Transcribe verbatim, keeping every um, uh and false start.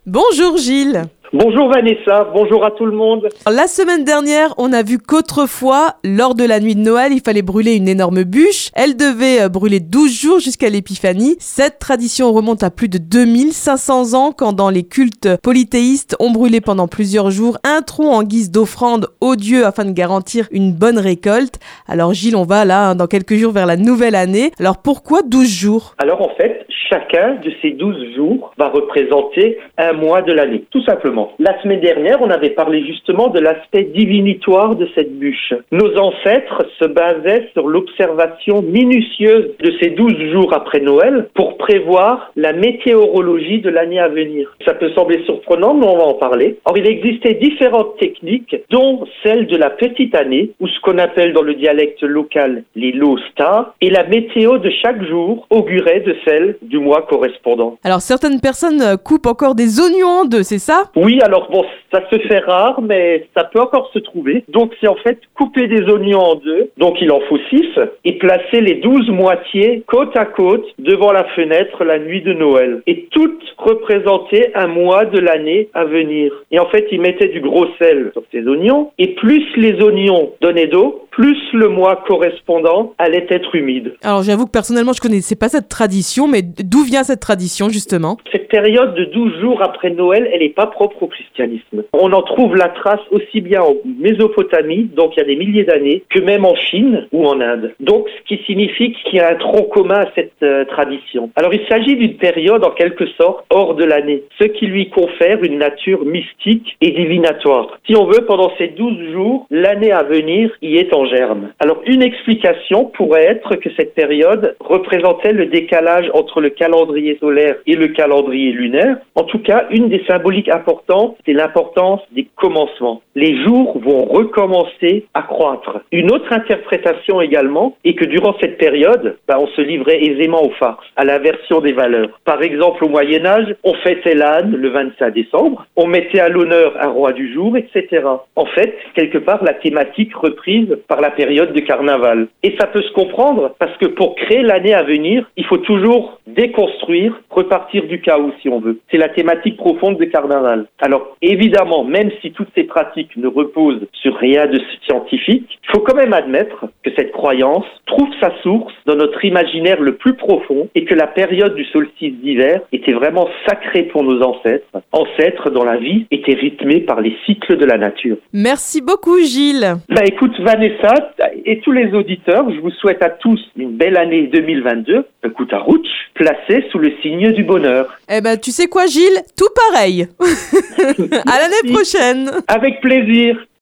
Bonjour Gilles. Bonjour Vanessa, bonjour à tout le monde. La semaine dernière, on a vu qu'autrefois, lors de la nuit de Noël, il fallait brûler une énorme bûche. Elle devait brûler douze jours jusqu'à l'épiphanie. Cette tradition remonte à plus de deux mille cinq cents ans, quand dans les cultes polythéistes, on brûlait pendant plusieurs jours un tronc en guise d'offrande aux dieux afin de garantir une bonne récolte. Alors Gilles, on va là, dans quelques jours, vers la nouvelle année. Alors pourquoi douze jours ? Alors en fait, chacun de ces douze jours va représenter un mois de l'année, tout simplement. La semaine dernière, on avait parlé justement de l'aspect divinatoire de cette bûche. Nos ancêtres se basaient sur l'observation minutieuse de ces douze jours après Noël pour prévoir la météorologie de l'année à venir. Ça peut sembler surprenant, mais on va en parler. Or, il existait différentes techniques, dont celle de la petite année, ou ce qu'on appelle dans le dialecte local les lots stars, et la météo de chaque jour augurait de celle du mois correspondant. Alors, certaines personnes coupent encore des oignons en deux, c'est ça ? Oui, alors bon, ça se fait rare, mais ça peut encore se trouver. Donc c'est en fait couper des oignons en deux, donc il en faut six, et placer les douze moitiés côte à côte devant la fenêtre la nuit de Noël. Et toutes représentaient un mois de l'année à venir. Et en fait, ils mettaient du gros sel sur ces oignons, et plus les oignons donnaient d'eau, plus le mois correspondant allait être humide. Alors j'avoue que personnellement, je connaissais pas cette tradition, mais d'où vient cette tradition justement ? Cette période de douze jours après Noël, elle n'est pas propre au christianisme. On en trouve la trace aussi bien en Mésopotamie, donc il y a des milliers d'années, que même en Chine ou en Inde. Donc ce qui signifie qu'il y a un tronc commun à cette euh, tradition. Alors il s'agit d'une période en quelque sorte hors de l'année, ce qui lui confère une nature mystique et divinatoire. Si on veut, pendant ces douze jours, l'année à venir y est en germe. Alors une explication pourrait être que cette période représentait le décalage entre le calendrier solaire et le calendrier lunaire. En tout cas, une des symboliques importantes, c'est l'importance des commencements. Les jours vont recommencer à croître. Une autre interprétation également est que durant cette période, bah, on se livrait aisément aux farces, à l'inversion des valeurs. Par exemple, au Moyen-Âge, on fêtait l'âne le vingt-cinq décembre, on mettait à l'honneur un roi du jour, et cetera. En fait, quelque part, la thématique reprise par la période de carnaval. Et ça peut se comprendre parce que pour créer l'année à venir, il faut toujours déconstruire, repartir du chaos si on veut. C'est la thématique profonde de carnaval. Alors évidemment, même si toutes ces pratiques ne reposent sur rien de scientifique, il faut quand même admettre que cette croyance trouve sa source dans notre imaginaire le plus profond et que la période du solstice d'hiver était vraiment sacrée pour nos ancêtres, ancêtres dont la vie était rythmée par les cycles de la nature. Merci beaucoup Gilles. Bah écoute Vanessa et tous les auditeurs, je vous souhaite à tous une belle année deux mille vingt-deux, écoute à Rouch, placée sous le signe du bonheur. Eh ben tu sais quoi Gilles, tout pareil. À l'année prochaine. Avec plaisir.